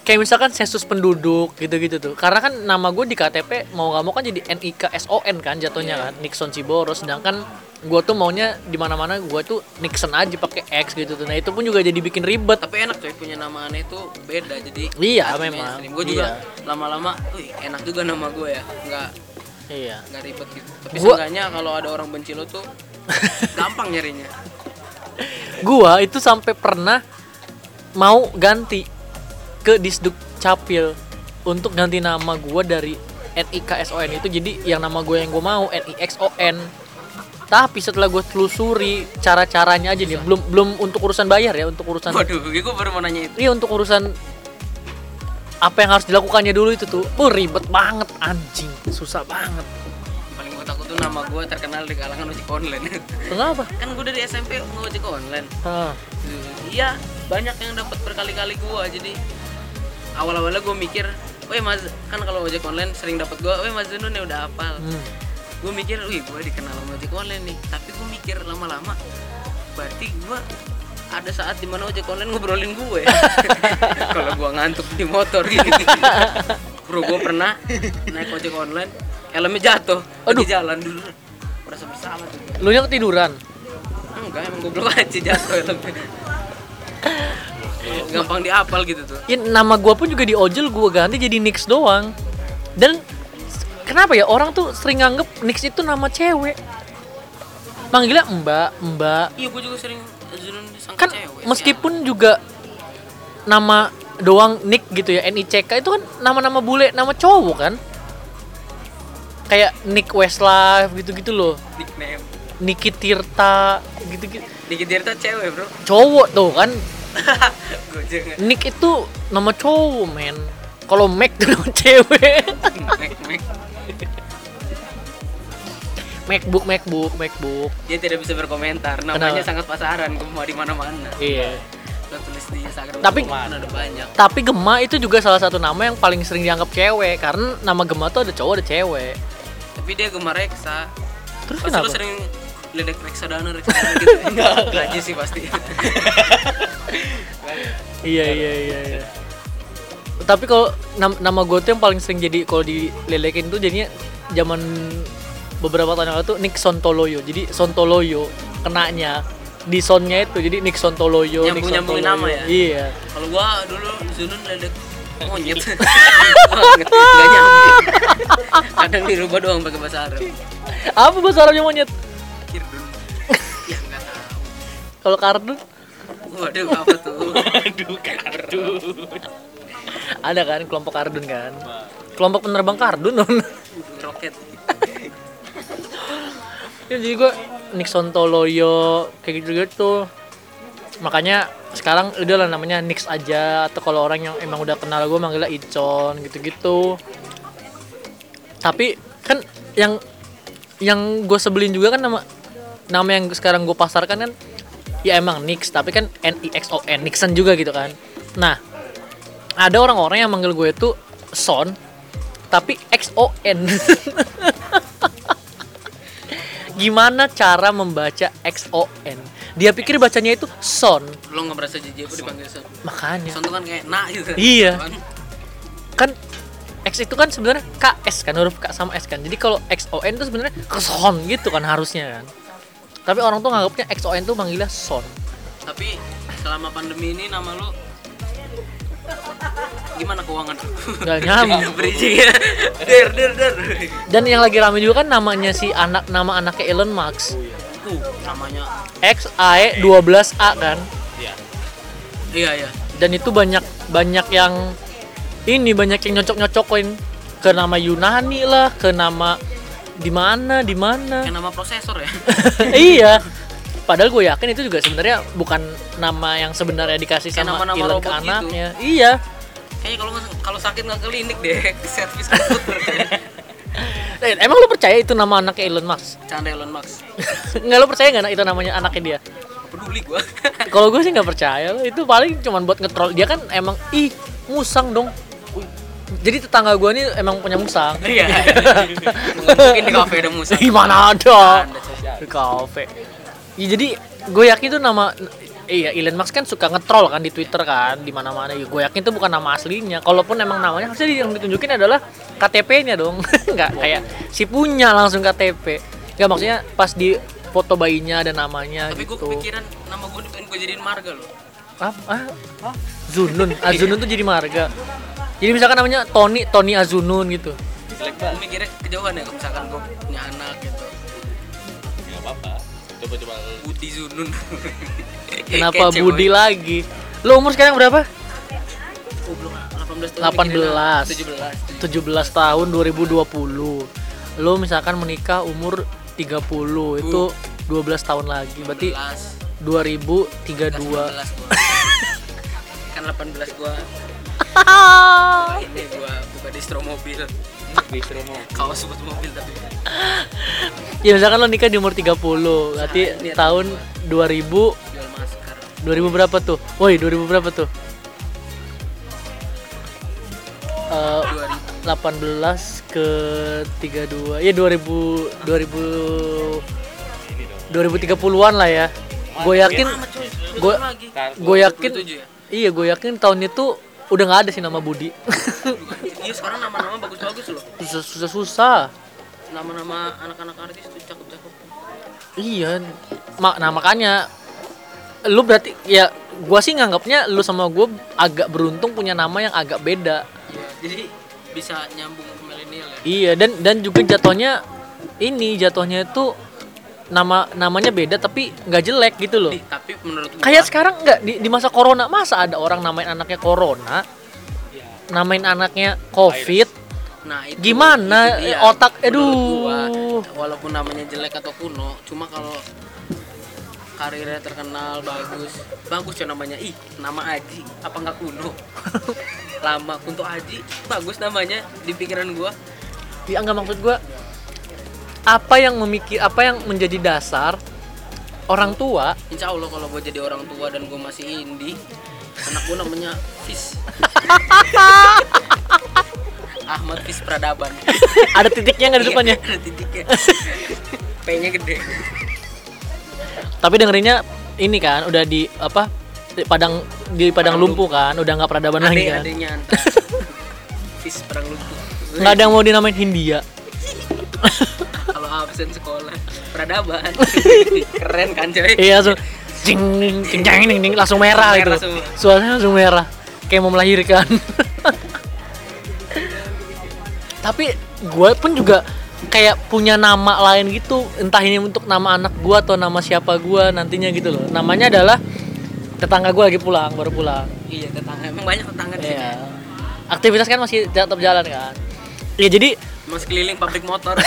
kayak misalkan sensus penduduk gitu-gitu tuh. Karena kan nama gue di KTP mau nggak mau kan jadi NIKSON kan jatuhnya kan, Nixon Siboros. Sedangkan gue tuh maunya di mana-mana gue tuh Nixon aja pakai X gitu tuh. Nah itu pun juga jadi bikin ribet. Tapi enak coy, punya nama aneh itu beda. Jadi Iya memang. Gue juga lama-lama, wih enak juga nama gue ya. Nggak ribet gitu. Tapi seenggaknya kalau ada orang benci lo tuh gampang nyarinya. Gua itu sampai pernah mau ganti ke Disduk Capil untuk ganti nama gua dari NIKSON itu jadi yang nama gue yang gue mau NIXON. Tapi setelah gue telusuri cara-caranya aja nih, belum untuk urusan bayar ya, untuk urusan. Waduh, gue baru mau nanya itu. Iya, untuk urusan apa yang harus dilakukannya dulu itu tuh, ribet banget anjing, susah banget. Paling gue takut tuh nama gue terkenal di kalangan ojek online. Kenapa? Kan gue dari SMP ngojek online. Hah. Iya, banyak yang dapat berkali-kali gue. Jadi awal-awalnya gue mikir, weh Mas, kan kalau ojek online sering dapat gue, weh Mas Zunun ya udah hafal. Gue mikir, wih gue dikenal sama ojek online nih. Tapi gue mikir lama-lama, berarti gue ada saat dimana ojek online ngobrolin gue. Kalau gue ngantuk di motor gitu. Bro, gue pernah naik ojek online, helmnya jatuh di jalan dulu. Merasa bersalah tuh. Lu nya ketiduran? Enggak, emang goblok aja jatuh helmnya. Gampang dihafal gitu tuh. Ya, nama gue pun juga di ojol gue ganti jadi Nix doang. Dan kenapa ya orang tuh sering nganggep Nix itu nama cewek. Manggilnya mbak. Iya, gue juga sering Zunun disangka Kan cewek. meskipun juga nama doang Nick gitu ya, NICK itu kan nama-nama bule, nama cowok kan. Kayak Nick Westlife gitu-gitu loh. Nickname. Niki Tirta gitu-gitu. Niki Tirta cewek, Bro. Cowok tuh kan. Gojek. Nick itu nama cowok, men. Kalau Mac itu nama cewek. MacBook. Dia tidak bisa berkomentar. Namanya sangat pasaran, mau di mana-mana. Iya. Lo tulis di Instagram. Tapi ada banyak. Tapi Gema itu juga salah satu nama yang paling sering dianggap cewek karena nama Gema tuh ada cowok ada cewek. Tapi dia Gema Reksa. Terus pasti kenapa? lo sering ledek reksadana gitu. Gaji sih pasti. Iya. Tapi kalau nama gue tuh yang paling sering jadi kalau dilelekin tuh jadinya zaman beberapa tahun yang lalu tuh Nick Sontoloyo. Jadi Sontoloyo kenanya di sonnya itu jadi Nick Sontoloyo. Nyambung nama ya. Iya. Kalau gua dulu Zunun ledek monyet. Enggak nyambung. Kadang dirubah doang pakai bahasa Arab. Apa bahasa Arabnya monyet? Kirdun. Ya enggak tahu. Kalau kardun? Waduh, apa tuh? Kardun. Ada kan kelompok kardun kan? Kelompok penerbang kardun. Roket. Ya, jadi gue Nick Sontoloyo kayak gitu. Makanya sekarang udah lah namanya Nix aja, atau kalau orang yang emang udah kenal gue manggilnya Icon gitu-gitu. Tapi kan yang gue sebelin juga kan nama yang sekarang gue pasarkan kan ya emang Nix, tapi kan NIXON, Nixon juga gitu kan. Nah, ada orang-orang yang manggil gue itu Son tapi XON. Gimana cara membaca XON? Dia pikir bacanya itu Son. Lo nggak merasa jijik apa dipanggil Son? Makanya. Son tuh kan kayak nak gitu. Iya. Kan X itu kan sebenarnya KS kan, huruf K sama S kan. Jadi kalau XON itu sebenarnya Son gitu kan harusnya kan. Tapi orang tuh nganggapnya XON tuh manggilnya Son. Tapi selama pandemi ini nama lo gimana keuangan? Gak nyambung. Bridging ya. Der. Dan yang lagi rame juga kan namanya nama anaknya Elon Musk. Namanya XAE12A kan. Iya. Dan itu banyak yang nyocok-nyocokin ke nama Yunani lah, ke nama di mana. Kayak nama prosesor ya. Iya. Padahal gue yakin itu juga sebenarnya bukan nama yang sebenarnya dikasih kayak sama nama-nama Elon ke robot anaknya. gitu. Iya. Kayaknya kalau sakit nggak klinik deh, ke servis komputer. Emang lu percaya itu nama anaknya Elon Musk? Canda Elon Musk. Nggak, lu percaya nggak itu namanya anaknya dia? Peduli gua. Kalau gue sih nggak percaya. Itu paling cuma buat nge-troll. Dia kan emang musang dong. Jadi tetangga gue nih emang punya musang. Iya. Mungkin di kafe ada musang. Gimana ada? Di kafe. Ya, jadi gue yakin itu nama Iya, Elon Musk kan suka nge-troll kan di Twitter kan, di mana-mana. Ya, gue yakin itu bukan nama aslinya. Kalaupun emang namanya, harusnya yang ditunjukin adalah KTP-nya dong. Nggak kayak si punya langsung KTP. Nggak, maksudnya pas di foto bayinya ada namanya. Tapi gitu. gue kepikiran nama gue pengen gue jadiin marga loh. Zunun. Azunun tuh jadi marga. Jadi misalkan namanya Tony Azunun gitu. Gue mikirnya kejauhan ya, misalkan gue punya anak gitu. Nggak apa-apa. Coba-coba. Budi Zunun. Kenapa Kece, Budi boy. lagi? Lo umur sekarang berapa? Oh, belum 18 tahun. 18. 17 tahun 2020. Lo misalkan menikah umur 30, itu 12 tahun lagi. Berarti 2032. 19 gua. Kan 18 gua. Ini gua buka distro mobil. Bistro mau. Kaos buat mobil tapi. Ya misalkan lo nikah di umur 30, berarti Ini tahun 2000 jual masker. 2000 berapa tuh? Woi, 2000 berapa tuh? 2000. 18 ke 32. Ya 2030-an lah ya. Gue yakin gue yakin 27 ya? iya, gue yakin tahun itu udah nggak ada sih nama Budi. Iya, sekarang nama-nama bagus-bagus loh. susah. Nama-nama anak-anak artis tuh cakep-cakep. Iya. Nah makanya lu berarti ya, gua sih nganggapnya lu sama gua agak beruntung punya nama yang agak beda. Iya, jadi bisa nyambung ke milenial ya. Iya, dan juga jatuhnya itu namanya beda tapi nggak jelek gitu loh. Tapi menurut gua Kayak sekarang nggak di masa corona, masa ada orang namain anaknya corona, namain anaknya covid. nah itu, Gimana itu dia. otak, Menurut aduh. gua, walaupun namanya jelek atau kuno, cuma kalau karirnya terkenal bagus ya namanya. Nama Aji apa nggak kuno? Lama untuk Aji bagus namanya di pikiran gua. Ya nggak, maksud gua apa yang menjadi dasar orang tua. Insya Allah kalau gue jadi orang tua dan gue masih indie, anak gue namanya Fis. Ahmad Fis Peradaban. Ada titiknya nggak di depannya? Iya, ada titiknya. P-nya gede. Tapi dengerinnya ini kan udah di Padang Lumpuh kan, udah nggak peradaban lagi kan. Adanya antar Fis Perang Lumpuh. Nggak ada yang mau dinamain Hindia. Kalau absen sekolah peradaban. Keren kan coy? Iya, langsung jing langsung merah gitu. Merah semua. Suaranya langsung merah, kayak mau melahirkan. Tapi gue pun juga kayak punya nama lain gitu, entah ini untuk nama anak gue atau nama siapa gue nantinya gitu loh. Namanya adalah tetangga gue lagi baru pulang. Iya, tetangga. Emang banyak tetangga di sini. Iya. Aktivitas kan masih tetap jalan kan. Iya, jadi Mas keliling pabrik motor.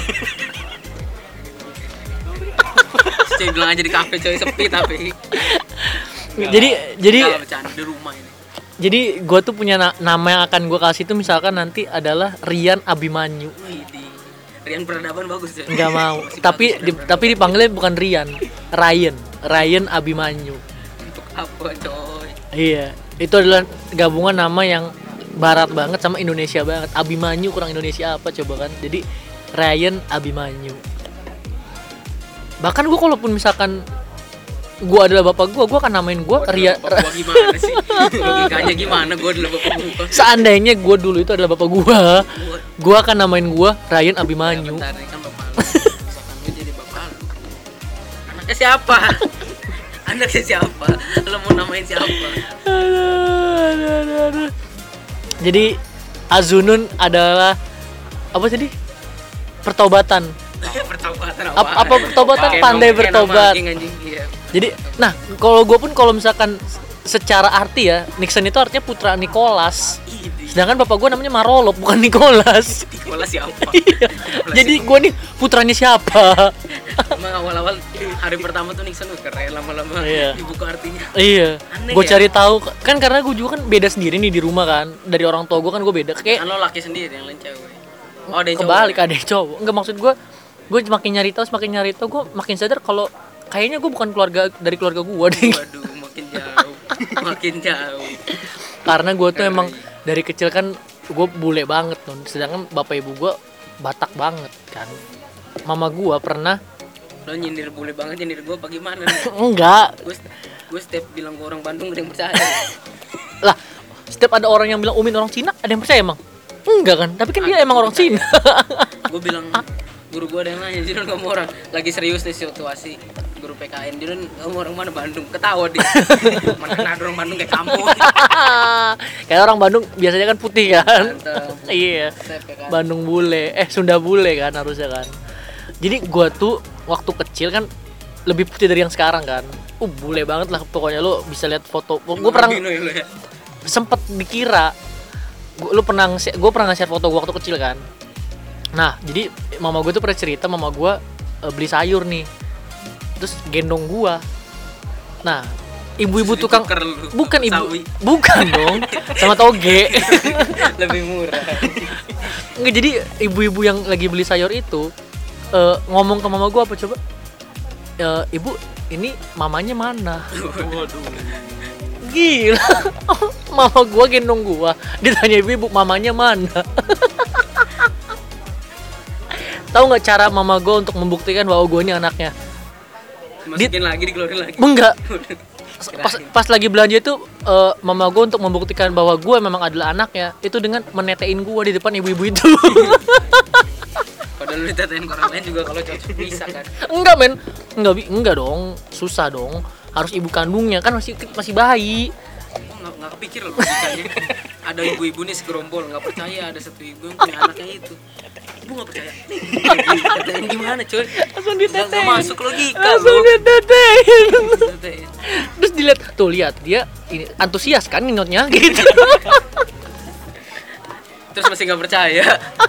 Coy bilang aja di kafe coy, sepi tapi. jadi Enggak bercanda di rumah ini. jadi gue tuh punya nama yang akan gue kasih tuh misalkan nanti adalah Rian Abimanyu. Widih. Rian Peradaban bagus ya. Nggak mau. Masih Tapi bagus, Rian tapi dipanggilnya bukan Rian, Ryan Abimanyu. Untuk apa coy? Iya, itu adalah gabungan nama yang barat banget sama Indonesia banget. Abimanyu kurang Indonesia apa coba kan? Jadi Ryan Abimanyu. Bahkan gue kalaupun misalkan gue adalah bapak gue akan namain gue Rian. Bapak gua gimana sih? Logikanya gimana? Gue adalah bapak gua. Seandainya gue dulu itu adalah bapak gue akan namain gue Ryan Abimanyu. Bentar, ini kan bapak lu. Misalkan lu jadi bapak lu. Anaknya siapa? Anaknya siapa? Lu mau namain siapa? Aduh. Jadi Azunun adalah apa tadi? Pertobatan. Pertobatan Apa pertobatan? Pandai bertobat. Iya. Jadi, nah kalau misalkan secara arti ya, Nixon itu artinya putra Nicholas. Sedangkan bapak gue namanya Marolop, bukan Nicholas. Nicholas siapa? Iya. Jadi gue nih putranya siapa? Emang awal-awal hari pertama tuh Nixon keren, lama-lama Iya. dibuka artinya. Iya. Aneh Gue ya? cari tahu kan karena gue juga kan beda sendiri nih di rumah kan. Dari orang tua gue kan gue beda. Kayak Kan lo laki sendiri yang lain cewek. Oh, ada yang cowok. kebalik, ada yang cowok. Enggak, maksud gue makin nyari tahu gue makin sadar kalau kayaknya gue bukan dari keluarga gue deh. Waduh, makin jauh. Makin jauh. Karena gue tuh emang dari kecil kan gue bule banget tuh. Sedangkan bapak ibu gue Batak banget kan. Mama gue pernah Lo nyindir bule banget nyindir gue apa gimana nih? enggak. Gue Gue setiap bilang ke orang Bandung gak ada yang percaya. Lah, setiap ada orang yang bilang Umin orang Cina, ada yang percaya emang? Enggak kan? Tapi kan dia emang orang Cina. Gue bilang, guru gue ada yang nanya, Jiron kamu orang lagi serius nih situasi guru PKN, Jiron kamu orang mana Bandung? Ketawa dia. Mana ada orang Bandung kayak kamu. Kayak orang Bandung biasanya kan putih kan. Mantap. Iya. Sep, ya kan? Bandung bule, Sunda bule kan harusnya kan. Jadi gua tuh waktu kecil kan lebih putih dari yang sekarang kan. Bule banget lah pokoknya, lu bisa lihat foto. Gua pernah Albino ya lu ya? sempet dikira gue pernah nge-share foto gue waktu kecil kan. Nah jadi mama gue tuh pernah cerita, mama gue beli sayur nih, terus gendong gue. Nah ibu-ibu Terus tukang ditukar lu. bukan ibu Sawi. bukan dong, sama toge. Lebih murah. Nggak, jadi ibu-ibu yang lagi beli sayur itu ngomong ke mama gue apa coba, ibu ini mamanya mana? Waduh. Gila. Mama gua gendong gua, ditanya ibu mamanya mana. Tahu nggak cara mama gua untuk membuktikan bahwa gua ini anaknya? Masukin lagi, dikeluarin lagi. Enggak. Pas lagi belanja itu mama gua untuk membuktikan bahwa gua memang adalah anaknya itu dengan menetein gua di depan ibu-ibu itu. Padahal lu ditatain ke orang lain juga kalau cocok bisa kan. Enggak men, enggak dong, susah dong. Harus ibu kandungnya kan masih bayi. Nggak kepikir loh logikanya. Ada ibu-ibu nih segerombol nggak percaya ada satu ibu yang punya anaknya itu. Ibu nggak percaya. Ditetein gimana coy? Langsung Nggak ditetein. masuk logika Langsung loh. ditetein. Ditetein. Terus dilihat, tuh lihat dia ini antusias kan nginotnya gitu. Terus masih nggak percaya.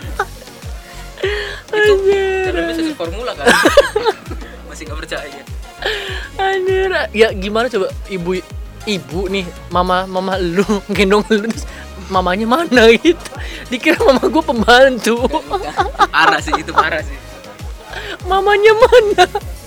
Itu karena bisa formula kan. Masih nggak percaya. Anjir, ya gimana coba ibu nih, mama lu gendong lu terus mamanya mana gitu. Dikira mama gue pembantu. Parah sih, itu parah sih. Mamanya mana?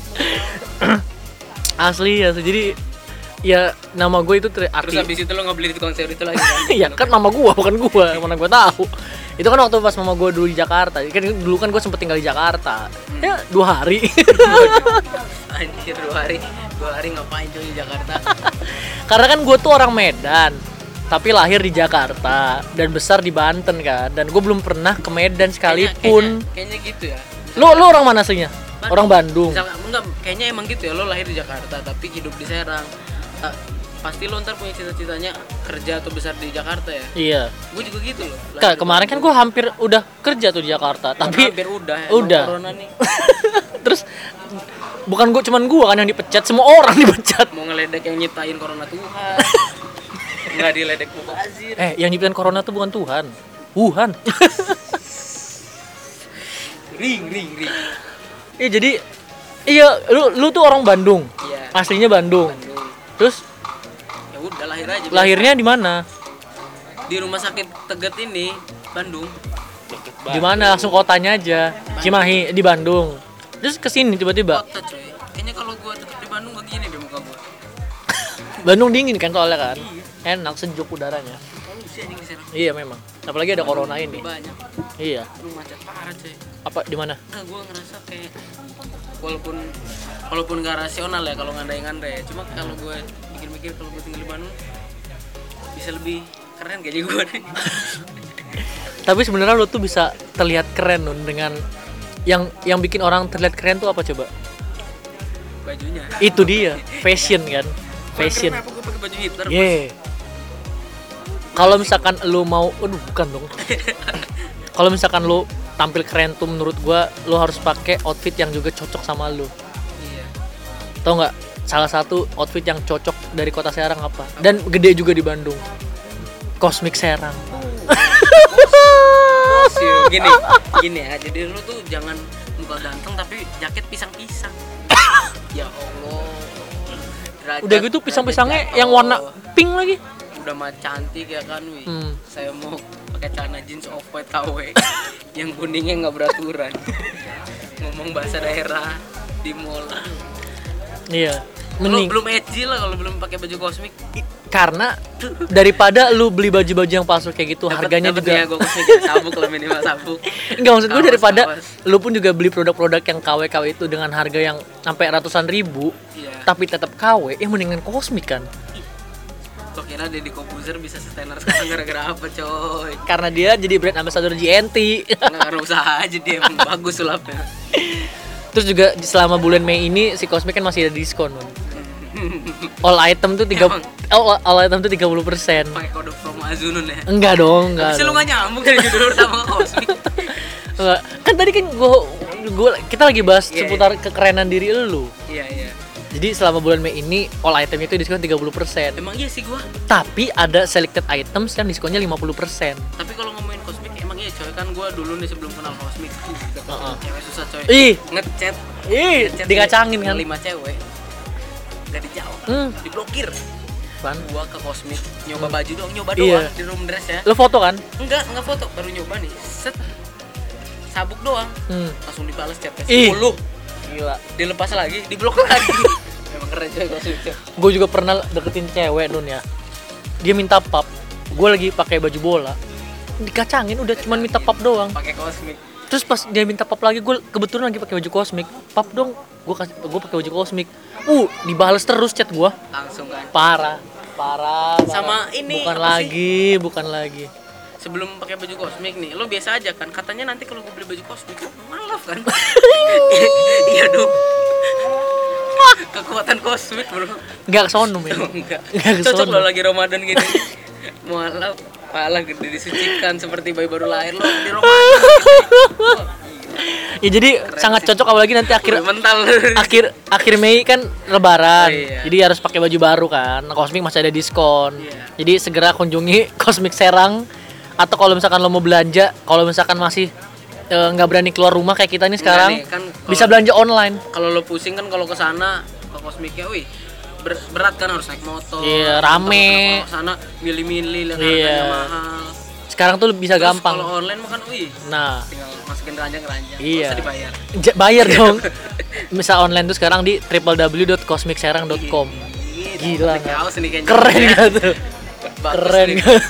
Asli ya, jadi ya nama gue itu Terus arti. habis itu lo nggak beli di konser itu lagi kan? Ya kan mama gue bukan gue, mana gue tahu. Itu kan waktu pas mama gue dulu di Jakarta. Kan dulu kan gue sempet tinggal di Jakarta. Ya 2 hari. Anjir 2 hari ngapain coy di Jakarta? Karena kan gue tuh orang Medan, tapi lahir di Jakarta dan besar di Banten kan. Dan gue belum pernah ke Medan sekalipun. Kayaknya gitu ya. Lo orang mana aslinya? Orang Bandung. Enggak, kayaknya emang gitu ya, lo lahir di Jakarta tapi hidup di Serang. Pasti lo ntar punya cita-citanya kerja atau besar di Jakarta ya. Iya. Gue juga gitu loh. Kemarin kan gue hampir udah kerja tuh di Jakarta, tapi hampir udah. Udah. Corona nih. Terus bukan cuman gue kan yang dipecat, semua orang dipecat. Mau ngeledek yang nyiptain corona Tuhan. Enggak diledek Mubazir. Yang nyiptain corona tuh bukan Tuhan. Wuhan. Ring. Iya jadi lu tuh orang Bandung. Iya. Aslinya Bandung. Terus Ya udah lahir aja. lahirnya di mana? Di rumah sakit Tegat ini, Bandung. Di mana? Langsung kotanya aja. Cimahi di Bandung. Terus kesini tiba-tiba. Kota coy. Kayaknya kalau gua tetap di Bandung gak gini deh muka gua. Bandung dingin kan soalnya kan. Enak, sejuk udaranya. Kalau sih anjing di Serang. Iya memang. Apalagi ada corona ini. Banyak. Iya. Lu macet parah coy. Apa di mana? Nah, gua ngerasa kayak walaupun gak rasional ya kalau ngandai-ngandai. Cuma kalau gua mikir-mikir kalau gua tinggal di Bandung bisa lebih keren kayaknya gua nih. Tapi sebenarnya lo tuh bisa terlihat keren Nun dengan yang bikin orang terlihat keren tuh apa coba? Bajunya. Itu dia, fashion kan. Fashion. Kenapa gua pakai baju Hitler? Yeah. Kalau misalkan lo mau, bukan dong. Kalau misalkan lo tampil keren tuh menurut gua lo harus pakai outfit yang juga cocok sama lo. Iya. Tau nggak? Salah satu outfit yang cocok dari kota Serang apa? Dan gede juga di Bandung. Cosmic Serang. Gini ya, jadi lu tuh jangan muka ganteng tapi jaket pisang-pisang. Ya Allah. Udah gitu pisang-pisangnya yang warna pink lagi. Udah mah cantik ya kan, wi. Saya mau pakai celana jeans off white KW yang kuningnya nggak beraturan. Ngomong bahasa daerah di mall. Iya. Belum edgy lah kalau belum pakai baju kosmik. Karena daripada lu beli baju-baju yang palsu kayak gitu, harganya dapet juga ya, gue khususnya sabuk lah, minimal sabuk. enggak, maksud gue Kaos, daripada kaos. lu pun juga beli produk-produk yang KW-KW itu dengan harga yang sampai ratusan ribu, Iya. tapi tetap KW, ya mendingan Cosmic kan. Kok kira Deddy Corbuzier bisa setenar sekarang gara-gara apa coy? Karena dia jadi brand ambassador GNT. Karena usaha aja dia, emang bagus sulapnya. Terus juga selama bulan Mei ini si Cosmic kan masih ada diskon. Man. All item tuh all item tuh 30%. Pakai kode promo Azunun ya. Enggak dong, enggak. Tapi lu dong. gak nyambung dari judul pertama Cosmic. Enggak. Kan tadi kan kita lagi bahas Iya, seputar kekerenan diri lu. Iya, iya. Jadi selama bulan Mei ini all item itu diskon 30%. Emang iya sih gua. Tapi ada selected items yang diskonnya 50%. Tapi kalau ngomongin Cosmic emang iya coy, kan gua dulu nih sebelum kenal Cosmic Heeh. cewek susah coy. Ih, Ngechat dikacangin kan. 5 cewek. Gak dijawab. Diblokir. Ban. Gua ke Cosmic nyoba baju dong, nyoba Iya. doang di room dress ya. Lo foto kan? Enggak foto, baru nyoba nih. Set. Sabuk doang. Langsung dibales chatnya Ih. 10. Gila. Dilepas lagi, diblok lagi. Emang keren coy Cosmic coy. Gue juga pernah deketin cewek Nun ya. Dia minta pap. Gue lagi pakai baju bola. Dikacangin udah cuman minta pap doang. Pakai Cosmic. Terus pas dia minta pap lagi, gue kebetulan lagi pakai baju Cosmic. Pap dong. Gue pakai baju Cosmic. Dibales terus chat gue. Langsung kan. Parah. Sama ini, Bukan apa lagi. Sebelum pakai baju Cosmic nih, lo biasa aja kan? Katanya nanti kalau gue beli baju Cosmic, malaf kan? Iya dong. Kekuatan Cosmic bro. Enggak kesono ya. Enggak. Nggak Cocok kesono. lo lagi Ramadan gini. Malaf, malah gede disucikan seperti bayi baru lahir lo di Ramadan. Ya jadi sangat cocok apalagi nanti Mental. akhir Mei kan Lebaran, Oh, iya. jadi harus pakai baju baru kan. Cosmic masih ada diskon, Iya. jadi segera kunjungi Cosmic Serang. Atau kalau misalkan lo mau belanja, kalau misalkan masih nggak berani keluar rumah kayak kita nih sekarang, Enggak nih, kan kalau- bisa belanja online. Kalau lo pusing kan kalau ke sana ke Cosmicnya, wih berat kan, harus naik motor. Iya, rame. Kalau ke sana milih-milih lihat Iya. harganya mahal. Sekarang tuh bisa Terus gampang. Kalau online mah kan, wih Nah, tinggal masukin keranjang-keranjang. Iya. Nggak usah dibayar. bayar dong. Misal online tuh sekarang di www.cosmicserang.com. Gila, Pakai kaos nih kayaknya. Keren gak tuh? Bagus Keren nih. gak?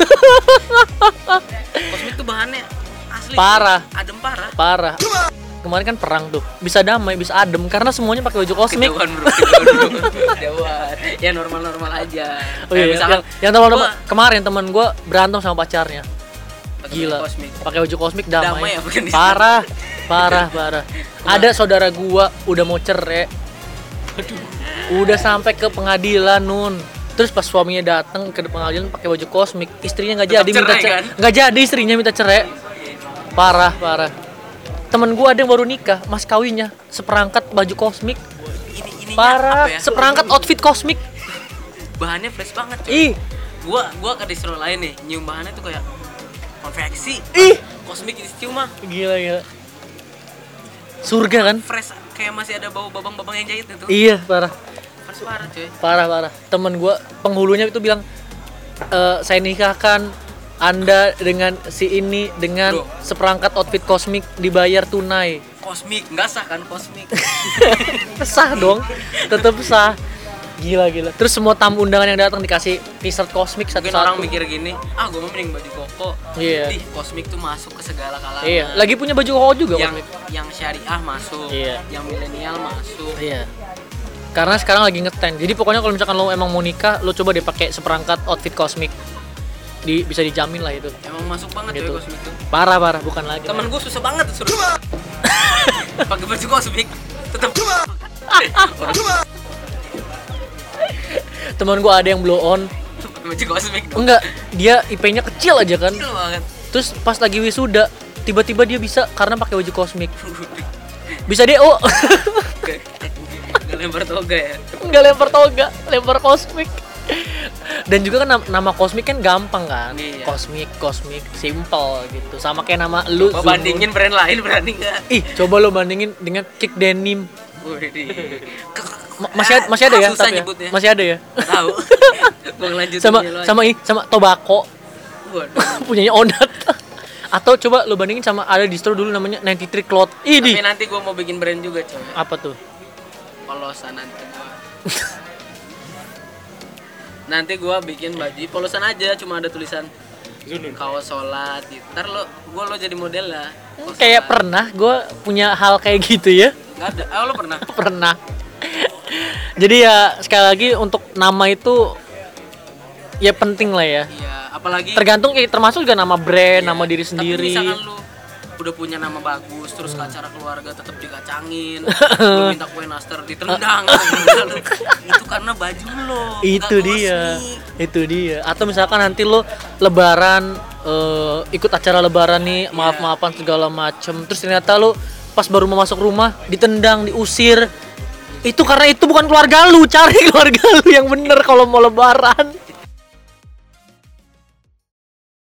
Cosmic tuh bahannya asli. Parah. Adem parah. Parah. Kemarin kan perang tuh, bisa damai, bisa adem karena semuanya pakai baju Cosmic. Kejauhan bro, kejauhan. Ya normal-normal aja. Oh iya, Misalkan yang teman-teman gua kemarin teman gue berantem sama pacarnya. pakai Gila. Cosmic. Pakai baju Cosmic damai. Damai ya, bukan di- Parah. Ada saudara gua udah mau cerai. Udah sampai ke pengadilan Nun. Terus pas suaminya datang ke pengadilan pakai baju Cosmic, istrinya nggak Tetap jadi minta cerai, cerai. kan? Nggak jadi istrinya minta cerai. Parah. Temen gua ada yang baru nikah, mas kawinnya seperangkat baju Cosmic. Ininya Parah, apa ya? seperangkat outfit Cosmic. Bahannya fresh banget cuy. Ih, Gua ke distro lain nih, nyium bahannya tuh kayak konveksi. ih, Cosmic dicium mah gila. Surga kan? fresh, kayak masih ada bau babang-babang yang jahit itu. Iya, parah. Fresh parah cuy. Parah. Temen gue penghulunya itu bilang, saya nikahkan Anda dengan si ini dengan Bro. seperangkat outfit Cosmic dibayar tunai. Cosmic, nggak sah kan Cosmic. Sah dong, tetap sah. Gila. Terus semua tamu undangan yang datang dikasih t-shirt Cosmic Mungkin satu-satu. orang mikir gini, gue mau mending baju koko. Iya. Ih, Cosmic tuh masuk ke segala kalangan. Iya, lagi punya baju koko juga yang Cosmic. yang syariah masuk, Iya. yang milenial masuk. Iya. Karena sekarang lagi ngetrend. Jadi pokoknya kalau misalkan lo emang mau nikah, lo coba deh pakai seperangkat outfit Cosmic. Bisa dijamin lah itu. Emang masuk banget Gitu. coy Cosmic tuh. Parah, bukan lagi. Temen gue susah banget tuh suruh pakai baju Cosmic, tetap Temen gue ada yang blow on. pakai baju Cosmic dong. Enggak, dia IP-nya kecil aja kan. Kecil banget. Terus pas lagi wisuda, tiba-tiba dia bisa karena pakai baju Cosmic. Bisa DO. Gak lempar toga ya. Enggak lempar toga, lempar Cosmic. Dan juga kan nama Cosmic kan gampang kan. Iya. Cosmic, simple gitu. Sama kayak nama lu. Mau Zunun. bandingin brand lain berani nggak? Ih, coba lo bandingin dengan Kick Denim. Widih. Masih ada ya? Susah tapi ya? nyebutnya. Masih ada ya? Nggak tahu. Gue ngelanjutin sama Tobacco. Waduh. Punyanya Onat. Atau coba lo bandingin sama ada distro dulu namanya 93 Cloth. Tapi Ini nanti gue mau bikin brand juga coy. apa tuh? Polosan nanti gue. Nanti gue bikin baju polosan aja, cuma ada tulisan Zunun. kaos sholat gitu. Ntar lo jadi model lah. Kaos Kayak sholat. pernah gue punya hal kayak gitu ya. Nggak ada. Oh, lo pernah? Pernah. Jadi ya sekali lagi untuk nama itu ya penting lah ya. Iya, apalagi Tergantung termasuk juga nama brand, iya. nama diri sendiri. Tapi misalkan lo udah punya nama bagus, terus ke acara keluarga tetap dikacangin, lo minta kue nastar ditendang, itu karena baju lo. Itu nggak dia. resmi. Itu dia. Atau misalkan nanti lo lebaran ikut acara lebaran nih, maaf-maafan segala macem, terus ternyata lo pas baru mau masuk rumah ditendang, diusir. Itu karena itu bukan keluarga lu, cari keluarga lu yang bener kalau mau lebaran.